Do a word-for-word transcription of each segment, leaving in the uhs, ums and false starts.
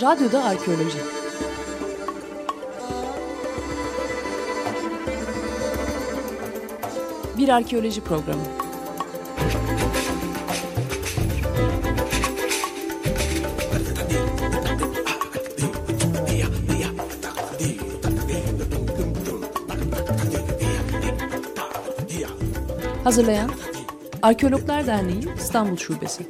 Radyoda Arkeoloji. Bir arkeoloji programı. Hazırlayan Arkeologlar Derneği İstanbul Şubesi.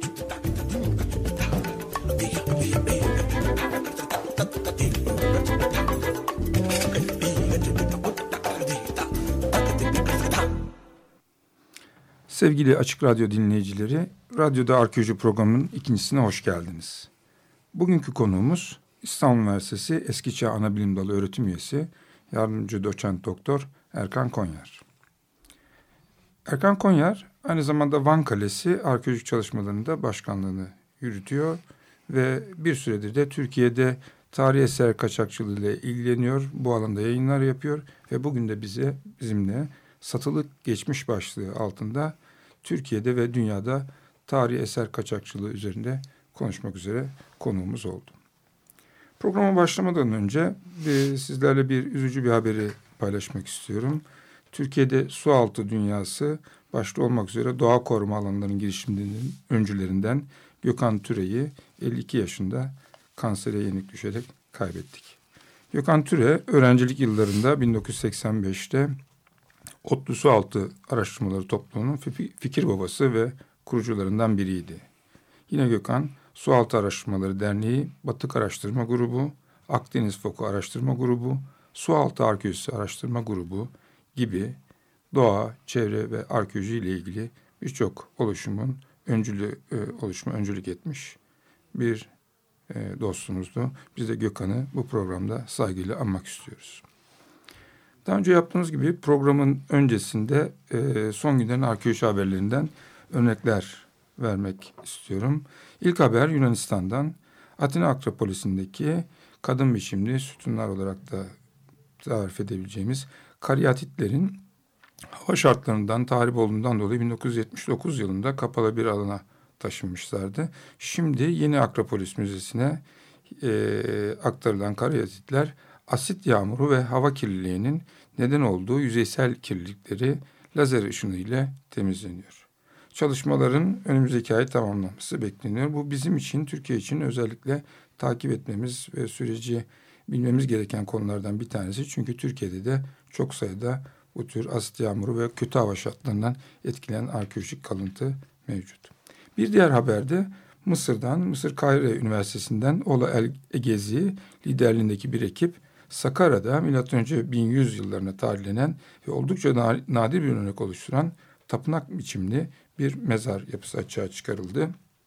Sevgili Açık Radyo dinleyicileri, Radyoda Arkeoloji programının ikincisine hoş geldiniz. Bugünkü konuğumuz İstanbul Üniversitesi Eskiçağ Anabilim Dalı öğretim üyesi, yardımcı doçent doktor Erkan Konyar. Erkan Konyar aynı zamanda Van Kalesi arkeolojik çalışmalarında başkanlığını yürütüyor ve bir süredir de Türkiye'de tarihi eser kaçakçılığı ile ilgileniyor, bu alanda yayınlar yapıyor ve bugün de bize bizimle satılık geçmiş başlığı altında Türkiye'de ve dünyada tarihi eser kaçakçılığı üzerinde konuşmak üzere konuğumuz oldu. Programa başlamadan önce bir, sizlerle bir üzücü bir haberi paylaşmak istiyorum. Türkiye'de sualtı dünyası başta olmak üzere doğa koruma alanlarının girişimlerinin öncülerinden Gökhan Türe'yi elli iki yaşında kansere yenik düşerek kaybettik. Gökhan Türe öğrencilik yıllarında bin dokuz yüz seksen beşte ODTÜ Sualtı Araştırmaları Topluluğu'nun fikir babası ve kurucularından biriydi. Yine Gökhan, Sualtı Araştırmaları Derneği, Batık Araştırma Grubu, Akdeniz Foku Araştırma Grubu, Sualtı Arkeolojisi Araştırma Grubu gibi doğa, çevre ve arkeoloji ile ilgili birçok oluşumun öncülü, e, oluşuma öncülük etmiş bir e, dostumuzdu. Biz de Gökhan'ı bu programda saygıyla anmak istiyoruz. Daha önce yaptığımız gibi programın öncesinde e, son günlerin arkeoloji haberlerinden örnekler vermek istiyorum. İlk haber Yunanistan'dan, Atina Akropolisi'ndeki kadın biçimli sütunlar olarak da tarif edebileceğimiz karyatitlerin hava şartlarından tahrip olduğundan dolayı bin dokuz yüz yetmiş dokuz yılında kapalı bir alana taşınmışlardı. Şimdi Yeni Akropolis Müzesi'ne e, aktarılan karyatitler asit yağmuru ve hava kirliliğinin neden olduğu yüzeysel kirlilikleri lazer ışını ile temizleniyor. Çalışmaların önümüzdeki ay tamamlanması bekleniyor. Bu bizim için, Türkiye için özellikle takip etmemiz ve süreci bilmemiz gereken konulardan bir tanesi. Çünkü Türkiye'de de çok sayıda bu tür asit yağmuru ve kötü hava şartlarından etkilenen arkeolojik kalıntı mevcut. Bir diğer haberde Mısır'dan, Mısır Kahire Üniversitesi'nden Ola El Egezi liderliğindeki bir ekip Sakarya'da milattan önce bin yüz yıllarına tarihlenen ve oldukça nadir bir örnek oluşturan tapınak biçimli bir mezar yapısı açığa çıkarıldı,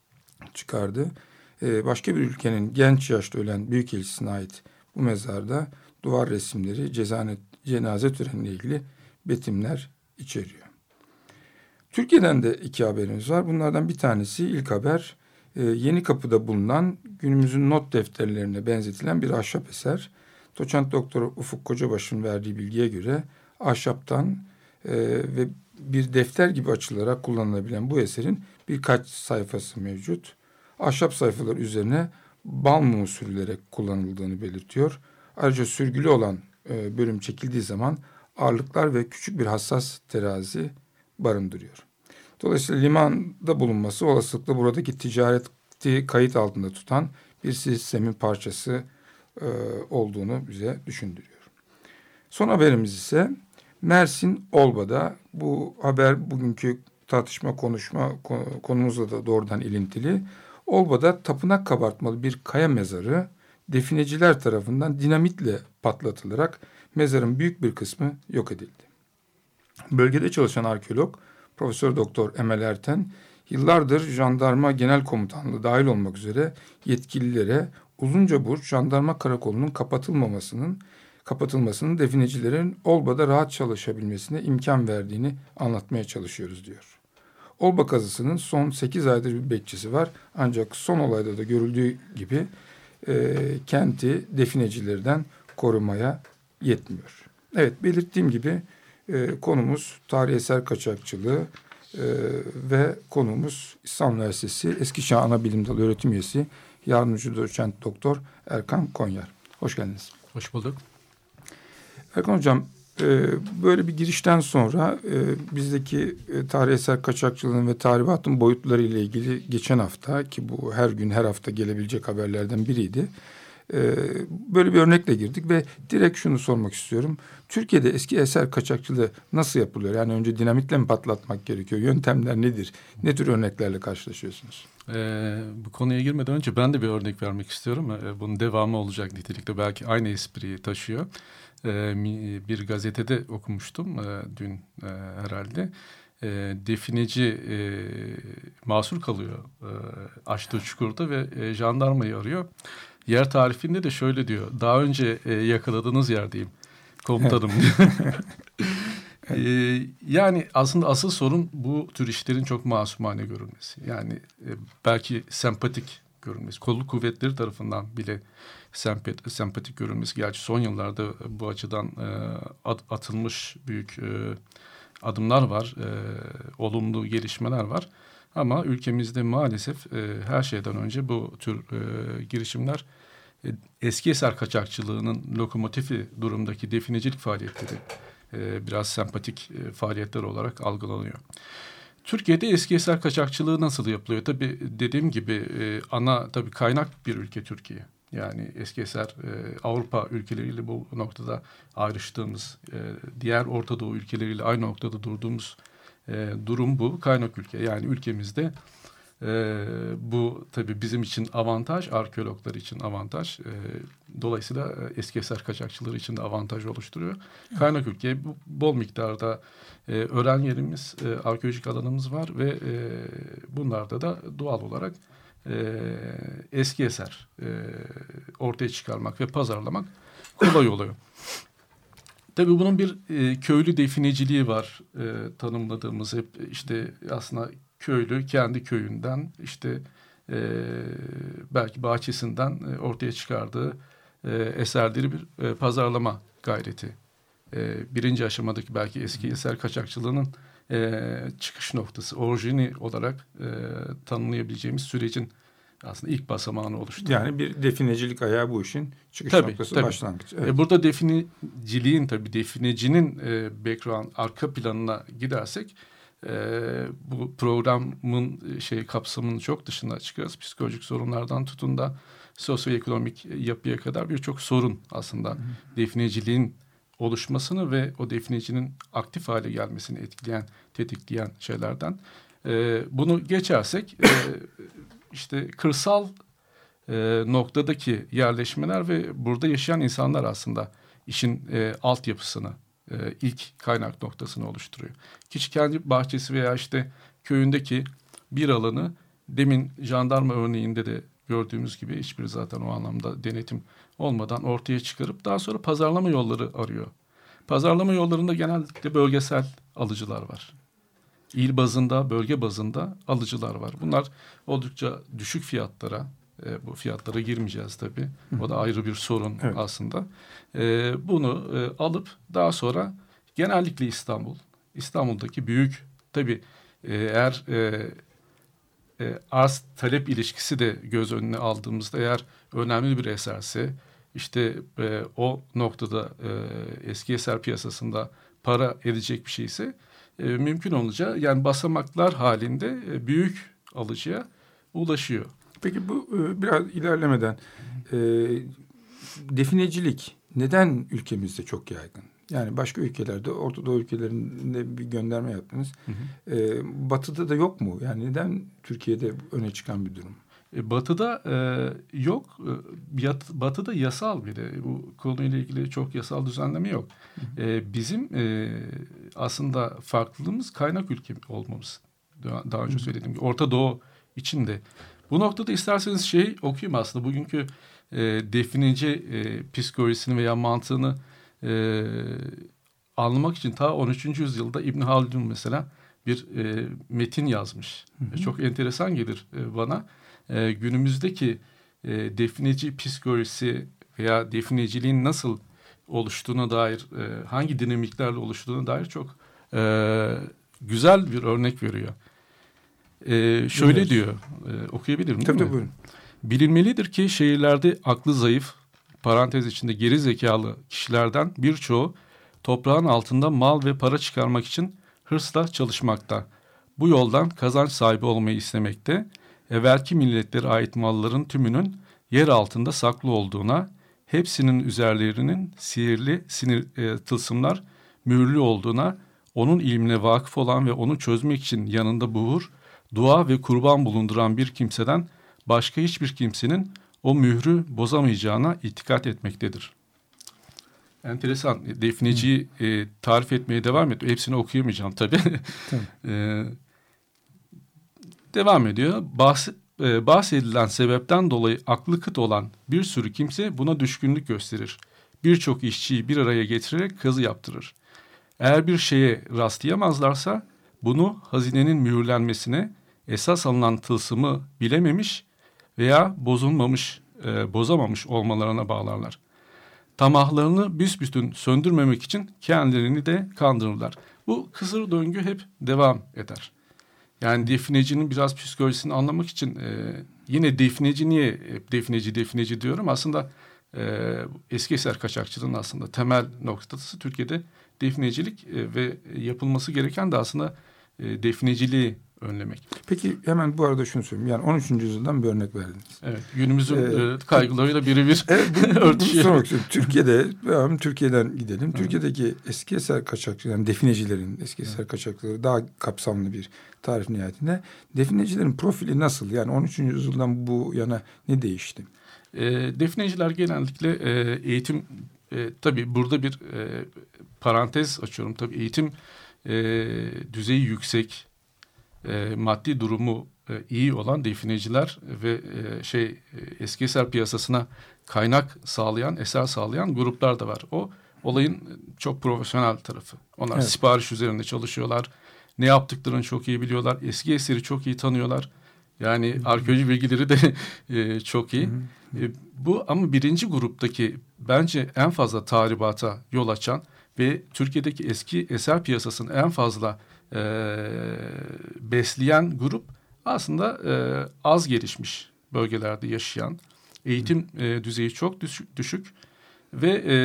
çıkardı. Ee, başka bir ülkenin genç yaşta ölen büyükelçisine ait bu mezarda duvar resimleri, cezane, cenaze töreniyle ilgili betimler içeriyor. Türkiye'den de iki haberimiz var. Bunlardan bir tanesi, ilk haber, e, Yenikapı'da bulunan günümüzün not defterlerine benzetilen bir ahşap eser. Doçent Doktor Ufuk Kocabaş'ın verdiği bilgiye göre ahşaptan e, ve bir defter gibi açılarak kullanılabilen bu eserin birkaç sayfası mevcut. Ahşap sayfalar üzerine bal mumu sürülerek kullanıldığını belirtiyor. Ayrıca sürgülü olan e, bölüm çekildiği zaman ağırlıklar ve küçük bir hassas terazi barındırıyor. Dolayısıyla limanda bulunması olasılıkla buradaki ticareti kayıt altında tutan bir sistemin parçası e, olduğunu bize düşündürüyor. Son haberimiz ise Mersin Olba'da. Bu haber bugünkü tartışma konuşma konumuzla da doğrudan ilintili. Olba'da tapınak kabartmalı bir kaya mezarı defineciler tarafından dinamitle patlatılarak mezarın büyük bir kısmı yok edildi. Bölgede çalışan arkeolog Profesör Doktor Emel Erten yıllardır Jandarma Genel Komutanlığı dahil olmak üzere yetkililere Uzuncaburç Jandarma Karakolu'nun kapatılmamasının kapatılmasının definecilerin Olba'da rahat çalışabilmesine imkan verdiğini anlatmaya çalışıyoruz diyor. Olba kazısının son sekiz aydır bir bekçisi var. Ancak son olayda da görüldüğü gibi e, kenti definecilerden korumaya yetmiyor. Evet, belirttiğim gibi e, konumuz tarihi eser kaçakçılığı e, ve konumuz İstanbul Üniversitesi Eskiçağ Anabilim Dalı öğretim üyesi, Yardımcı Doçent Doktor Erkan Konyar. Hoş geldiniz. Hoş bulduk. Erkan Hocam, e, böyle bir girişten sonra e, bizdeki e, tarih eser kaçakçılığının ve tahribatın boyutları ile ilgili geçen hafta, ki bu her gün her hafta gelebilecek haberlerden biriydi, e, böyle bir örnekle girdik ve direkt şunu sormak istiyorum. Türkiye'de eski eser kaçakçılığı nasıl yapılıyor? Yani önce dinamitle mi patlatmak gerekiyor? Yöntemler nedir? Ne tür örneklerle karşılaşıyorsunuz? Ee, bu konuya girmeden önce ben de bir örnek vermek istiyorum. Ee, bunun devamı olacak nitelikte. Belki aynı espriyi taşıyor. Ee, bir gazetede okumuştum e, dün e, herhalde. E, defineci e, mahsur kalıyor e, açtığı çukurda ve e, jandarmayı arıyor. Yer tarifinde de şöyle diyor. Daha önce e, yakaladığınız yerdeyim komutanım. Ee, yani aslında asıl sorun bu tür işlerin çok masumane görülmesi. Yani e, belki sempatik görülmesi. Kolluk kuvvetleri tarafından bile sempati, sempatik görülmesi. Gerçi son yıllarda bu açıdan e, at, atılmış büyük e, adımlar var. E, olumlu gelişmeler var. Ama ülkemizde maalesef e, her şeyden önce bu tür e, girişimler e, eski eser kaçakçılığının lokomotifi durumdaki definecilik faaliyetleri biraz sempatik faaliyetler olarak algılanıyor. Türkiye'de eski eser kaçakçılığı nasıl yapılıyor? Tabii dediğim gibi ana tabii kaynak bir ülke Türkiye. Yani eski eser Avrupa ülkeleriyle bu noktada ayrıştığımız, diğer Orta Doğu ülkeleriyle aynı noktada durduğumuz durum bu. Kaynak ülke. Yani ülkemizde Ee, bu tabii bizim için avantaj, arkeologlar için avantaj. Ee, dolayısıyla eski eser kaçakçıları için de avantaj oluşturuyor. Kaynak ülke bu, bol miktarda e, öğren yerimiz, e, arkeolojik alanımız var ve e, bunlarda da doğal olarak e, eski eser e, ortaya çıkarmak ve pazarlamak kolay oluyor. Tabii bunun bir e, köylü defineciliği var, e, tanımladığımız hep işte aslında köylü kendi köyünden işte e, belki bahçesinden e, ortaya çıkardığı e, eserleri bir e, pazarlama gayreti. E, birinci aşamadaki belki eski eser kaçakçılığının e, çıkış noktası, orijini olarak e, tanımlayabileceğimiz sürecin aslında ilk basamağını oluşturuyor. Yani bir definecilik ayağı bu işin çıkış tabii, noktası, tabii. başlangıç. Evet. E, burada defineciliğin tabii definecinin e, background, arka planına gidersek Ee, bu programın şey kapsamının çok dışına çıkarız. Psikolojik sorunlardan tutun da sosyoekonomik yapıya kadar birçok sorun aslında hı. defineciliğin oluşmasını ve o definecinin aktif hale gelmesini etkileyen, tetikleyen şeylerden. Ee, bunu geçersek e, işte kırsal e, noktadaki yerleşmeler ve burada yaşayan insanlar aslında işin e, altyapısını, Ee, ilk kaynak noktasını oluşturuyor. Kişi kendi bahçesi veya işte köyündeki bir alanı demin jandarma örneğinde de gördüğümüz gibi hiçbir zaten o anlamda denetim olmadan ortaya çıkarıp daha sonra pazarlama yolları arıyor. Pazarlama yollarında genellikle bölgesel alıcılar var. İl bazında, bölge bazında alıcılar var. Bunlar oldukça düşük fiyatlara, E, bu fiyatlara girmeyeceğiz tabii. O da ayrı bir sorun evet. aslında. E, bunu e, alıp daha sonra genellikle İstanbul, İstanbul'daki büyük tabii e, eğer e, e, arz talep ilişkisi de göz önüne aldığımızda eğer önemli bir eserse işte e, o noktada e, eski eser piyasasında para edecek bir şeyse e, mümkün olunca yani basamaklar halinde e, büyük alıcıya ulaşıyor. Peki bu biraz ilerlemeden e, definecilik neden ülkemizde çok yaygın? Yani başka ülkelerde, Orta Doğu ülkelerinde bir gönderme yaptınız. Hı hı. E, batı'da da yok mu? Yani neden Türkiye'de öne çıkan bir durum? E, batı'da e, yok. E, batı'da yasal bir de bu konuyla ilgili çok yasal düzenleme yok. Hı hı. E, bizim e, aslında farklılığımız kaynak ülke olmamız. Daha, daha önce hı hı. söylediğim gibi Orta Doğu için de. Bu noktada isterseniz şey okuyayım aslında bugünkü e, defineci e, psikolojisini veya mantığını e, anlamak için ta on üçüncü yüzyılda İbn Haldun mesela bir e, metin yazmış. Hı hı. Çok enteresan gelir e, bana. E, günümüzdeki e, defineci psikolojisi veya defineciliğin nasıl oluştuğuna dair, e, hangi dinamiklerle oluştuğuna dair çok e, güzel bir örnek veriyor. Ee, şöyle evet. diyor, e, okuyabilirim değil tabii, mi? Tabii buyurun. Bilinmelidir ki şehirlerde aklı zayıf, parantez içinde geri zekalı kişilerden birçoğu toprağın altında mal ve para çıkarmak için hırsla çalışmakta. Bu yoldan kazanç sahibi olmayı istemekte, evvelki milletlere ait malların tümünün yer altında saklı olduğuna, hepsinin üzerlerinin sihirli sinir e, tılsımlar mühürlü olduğuna, onun ilmine vakıf olan ve onu çözmek için yanında buhur, dua ve kurban bulunduran bir kimseden başka hiçbir kimsenin o mührü bozamayacağına itikat etmektedir. Enteresan. Defineciyi e, tarif etmeye devam ediyor. Hepsini okuyamayacağım tabii. e, devam ediyor. Bahs e, bahsedilen sebepten dolayı aklı kıt olan bir sürü kimse buna düşkünlük gösterir. Birçok işçiyi bir araya getirerek kazı yaptırır. Eğer bir şeye rastlayamazlarsa bunu hazinenin mühürlenmesine, esas alınan tılsımı bilememiş veya bozulmamış, e, bozamamış olmalarına bağlarlar. Tamahlarını büsbütün söndürmemek için kendilerini de kandırırlar. Bu kısır döngü hep devam eder. Yani definecinin biraz psikolojisini anlamak için e, yine defineci niye hep defineci defineci diyorum. Aslında e, eski eser kaçakçılığının aslında temel noktası Türkiye'de definecilik e, ve yapılması gereken de aslında e, defineciliği önlemek. Peki hemen bu arada şunu söyleyeyim. Yani on üçüncü yüzyıldan bir örnek verdiniz. Evet. Günümüzün ee, e, kaygılarıyla birebir evet, bu, örtüşüyor. Bunu sormak istiyorum. Türkiye'de, Türkiye'den gidelim. Evet. Türkiye'deki eski eser kaçakçılığı, yani definecilerin eski eser evet. kaçakçılığı daha kapsamlı bir tarif nihayetinde. Definecilerin profili nasıl? Yani on üçüncü yüzyıldan bu yana ne değişti? E, defineciler genellikle e, eğitim, e, tabii burada bir e, parantez açıyorum. Tabii eğitim e, düzeyi yüksek, E, maddi durumu e, iyi olan defineciler ve e, şey e, eski eser piyasasına kaynak sağlayan, eser sağlayan gruplar da var. O olayın çok profesyonel tarafı. Onlar evet. sipariş üzerinde çalışıyorlar. Ne yaptıklarını çok iyi biliyorlar. Eski eseri çok iyi tanıyorlar. Yani Hı-hı. arkeoloji bilgileri de e, çok iyi. E, bu ama birinci gruptaki bence en fazla tahribata yol açan ve Türkiye'deki eski eser piyasasının en fazla E, besleyen grup aslında e, az gelişmiş bölgelerde yaşayan, eğitim e, düzeyi çok düşük, düşük ve e,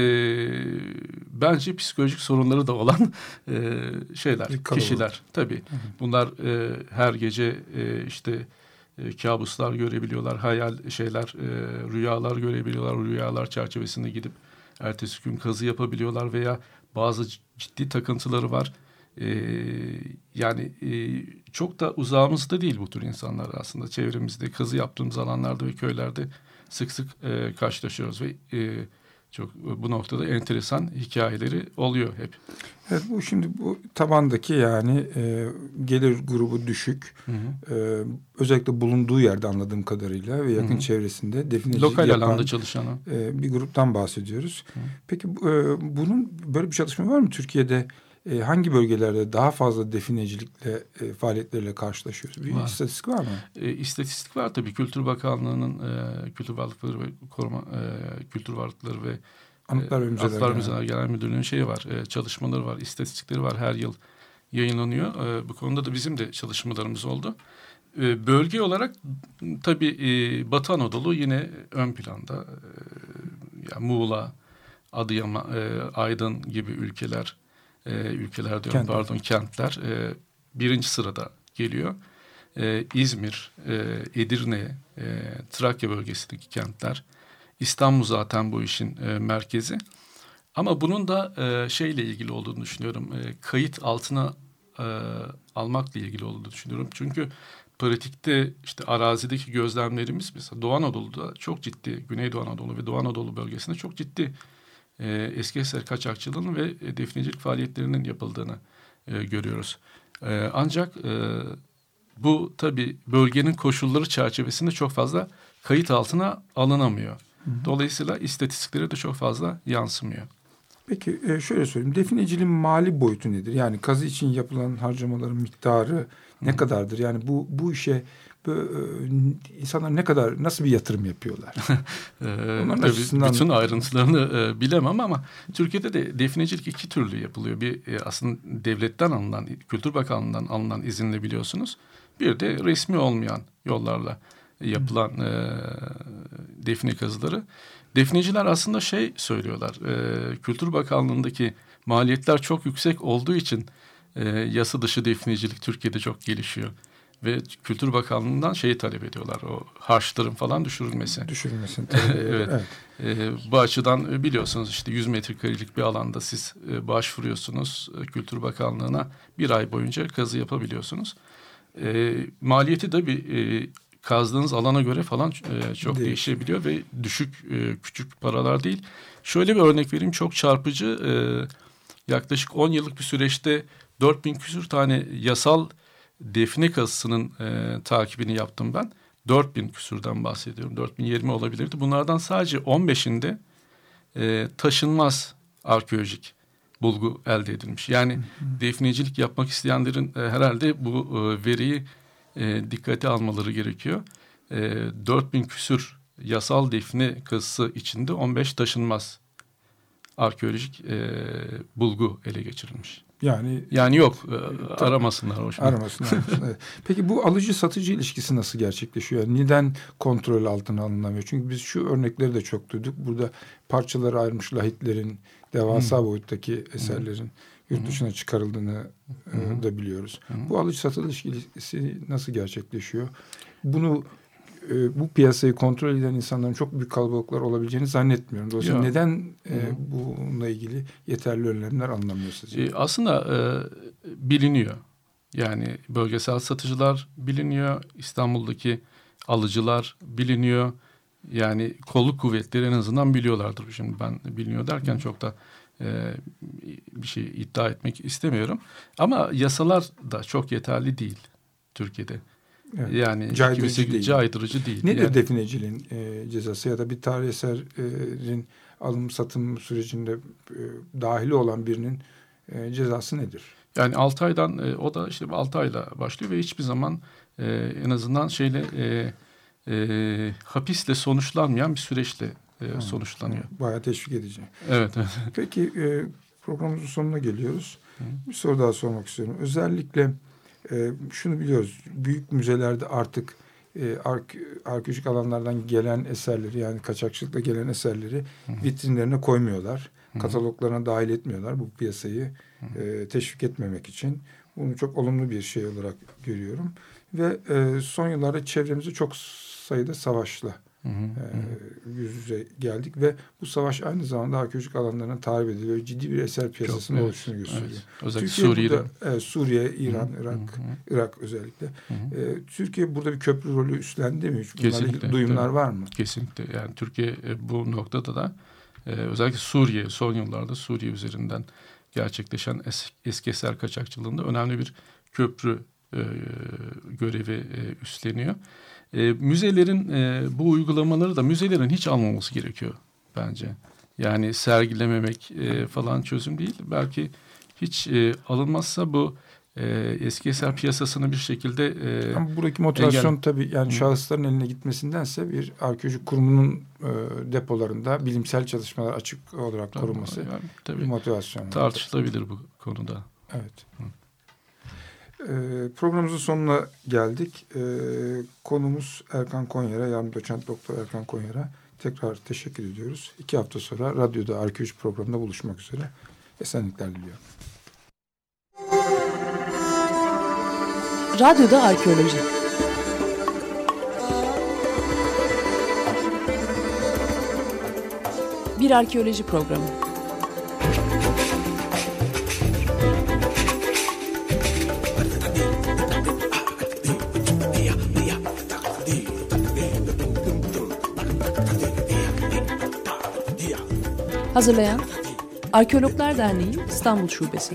bence psikolojik sorunları da olan e, şeyler, kişiler. Tabii. Hı hı. Bunlar e, her gece e, işte e, kabuslar görebiliyorlar, hayal şeyler, e, rüyalar görebiliyorlar. Rüyalar çerçevesinde gidip ertesi gün kazı yapabiliyorlar veya bazı ciddi takıntıları var. Ee, yani e, çok da uzağımızda değil bu tür insanlar aslında. Çevremizde kazı yaptığımız alanlarda ve köylerde sık sık e, karşılaşıyoruz ve e, çok bu noktada enteresan hikayeleri oluyor hep. Evet, bu şimdi bu tabandaki yani e, gelir grubu düşük, hı hı. E, özellikle bulunduğu yerde anladığım kadarıyla ve yakın hı hı. çevresinde definecilik lokal yapan alanda çalışan e, bir gruptan bahsediyoruz. Hı. Peki e, bunun böyle bir çalışma var mı Türkiye'de? E, hangi bölgelerde daha fazla definecilikle e, faaliyetlerle karşılaşıyoruz? Bir var. istatistik var mı? E, istatistik var tabii. Kültür Bakanlığı'nın e, Kültür Varlıkları ve Koruma e, Kültür Varlıkları ve Anıtlar ve Müzeler, Anıtlar Müzeler Genel Müdürlüğü'nün şeyi var. E, çalışmaları var, istatistikleri var. Her yıl yayınlanıyor. E, bu konuda da bizim de çalışmalarımız oldu. E, bölge olarak tabii e, Batı Anadolu yine ön planda. E, yani Muğla, Adıyaman, e, Aydın gibi ülkeler Ee, ülkeler diyorum Kentler. pardon kentler e, birinci sırada geliyor. E, İzmir, e, Edirne, e, Trakya bölgesindeki kentler. İstanbul zaten bu işin e, merkezi. Ama bunun da e, şeyle ilgili olduğunu düşünüyorum. E, kayıt altına e, almakla ilgili olduğunu düşünüyorum. Çünkü pratikte işte arazideki gözlemlerimiz mesela Doğu Anadolu'da çok ciddi, Güneydoğu Anadolu ve Doğu Anadolu bölgesinde çok ciddi e, eski eser kaçakçılığının ve e, definecilik faaliyetlerinin yapıldığını e, görüyoruz. E, ancak e, bu tabii bölgenin koşulları çerçevesinde çok fazla kayıt altına alınamıyor. Hı hı. Dolayısıyla istatistiklere de çok fazla yansımıyor. Peki şöyle söyleyeyim. Defineciliğin mali boyutu nedir? Yani kazı için yapılan harcamaların miktarı ne Hı. kadardır? Yani bu bu işe bu, insanlar ne kadar, nasıl bir yatırım yapıyorlar? Tabii açısından... bütün ayrıntılarını e, bilemem ama Türkiye'de de definecilik iki türlü yapılıyor. Bir e, aslında devletten alınan, Kültür Bakanlığı'ndan alınan izinle biliyorsunuz. Bir de resmi olmayan yollarla yapılan e, define kazıları. Defineciler aslında şey söylüyorlar. E, Kültür Bakanlığı'ndaki maliyetler çok yüksek olduğu için e, yasa dışı definecilik Türkiye'de çok gelişiyor. Ve Kültür Bakanlığı'ndan şeyi talep ediyorlar. O harçların falan düşürülmesi. Düşürülmesi. Evet. Evet. E, bu açıdan biliyorsunuz işte yüz metrekarelik bir alanda siz e, başvuruyorsunuz e, Kültür Bakanlığı'na, bir ay boyunca kazı yapabiliyorsunuz. E, maliyeti de bir e, kazdığınız alana göre falan e, çok değil. Değişebiliyor ve düşük e, küçük paralar değil. Şöyle bir örnek vereyim, çok çarpıcı. E, yaklaşık on yıllık bir süreçte dört bin küsür tane yasal define kazısının e, takibini yaptım ben. dört bin küsürden bahsediyorum. dört bin yirmi olabilirdi. Bunlardan sadece on beşinde e, taşınmaz arkeolojik bulgu elde edilmiş. Yani hı hı. definecilik yapmak isteyenlerin e, herhalde bu e, veriyi e, dikkate almaları gerekiyor. E, dört bin küsür yasal define kazısı içinde on beş taşınmaz arkeolojik e, bulgu ele geçirilmiş. Yani yani yok e, aramasınlar hoşuma. Aramasınlar. Evet. Peki bu alıcı satıcı ilişkisi nasıl gerçekleşiyor? Yani neden kontrol altına alınamıyor? Çünkü biz şu örnekleri de çok duyduk. Burada parçaları ayrılmış lahitlerin, devasa hmm. boyuttaki eserlerin hmm. yurt dışına çıkarıldığını hmm. da biliyoruz. Hmm. Bu alıcı satıcı ilişkisi nasıl gerçekleşiyor? Bunu e, bu piyasayı kontrol eden insanların çok büyük kalabalıklar olabileceğini zannetmiyorum. Dolayısıyla neden e, bununla ilgili yeterli önlemler alınamıyor sizce? E, aslında e, biliniyor. Yani bölgesel satıcılar biliniyor. İstanbul'daki alıcılar biliniyor. Yani kolluk kuvvetleri en azından biliyorlardır. Şimdi ben biliniyor derken çok da e, bir şey iddia etmek istemiyorum. Ama yasalar da çok yeterli değil Türkiye'de. Evet. Yani caydırıcı değil. caydırıcı değil. Nedir yani, defineciliğin e, cezası ya da bir tarih eserin alım satım sürecinde e, dahili olan birinin e, cezası nedir? Yani altı aydan e, o da işte altı ayla başlıyor ve hiçbir zaman e, en azından şeyle e, e, hapisle sonuçlanmayan bir süreçle e, ha, sonuçlanıyor. Bayağı teşvik edici. Evet. evet. Peki e, programımızın sonuna geliyoruz. Hı. Bir soru daha sormak istiyorum. Özellikle e, şunu biliyoruz. Büyük müzelerde artık e, ark, arkeolojik alanlardan gelen eserleri, yani kaçakçılıkla gelen eserleri Hı. vitrinlerine koymuyorlar. Hı. Kataloglarına dahil etmiyorlar bu piyasayı e, teşvik etmemek için. Bunu çok olumlu bir şey olarak görüyorum. Ve e, son yıllarda çevremizde çok sayıda savaşla Hı hı, e, yüz yüze geldik ve bu savaş aynı zamanda arkeolojik alanlarına tahrip ediliyor. Ciddi bir eser piyasasının evet, oluştuğunu gösteriyor. Evet. Özellikle Suriye'de. Burada, e, Suriye, İran, hı hı, Irak, hı hı. Irak özellikle. Hı hı. E, Türkiye burada bir köprü rolü üstlendi mi? Bunlarla duyumlar tabii. var mı? Kesinlikle. Yani Türkiye e, bu noktada da e, özellikle Suriye, son yıllarda Suriye üzerinden gerçekleşen es, eski eser kaçakçılığında önemli bir köprü e, görevi e, üstleniyor. E, müzelerin e, bu uygulamaları da müzelerin hiç almaması gerekiyor bence. Yani sergilememek e, falan çözüm değil. Belki hiç e, alınmazsa bu e, eski eser piyasasını bir şekilde e, ama buradaki motivasyon engel... tabii yani Hı. şahısların eline gitmesindense bir arkeoloji kurumunun e, depolarında bilimsel çalışmalar açık olarak tabii, korunması yani, tabii, bir motivasyon. Tartışılabilir bu konuda. Evet. Hı. Programımızın sonuna geldik. Konumuz Erkan Konyar'a, yani doçent doktor Erkan Konyar'a tekrar teşekkür ediyoruz. İki hafta sonra radyoda arkeoloji programında buluşmak üzere. Esenlikler diliyorum. Radyoda arkeoloji. Bir arkeoloji programı. Hazırlayan Arkeologlar Derneği İstanbul Şubesi.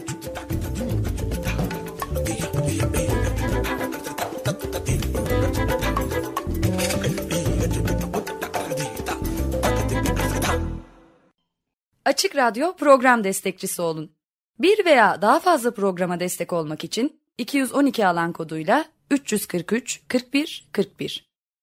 Açık Radyo program destekçisi olun. Bir veya daha fazla programa destek olmak için iki yüz on iki alan koduyla üç yüz kırk üç kırk bir kırk bir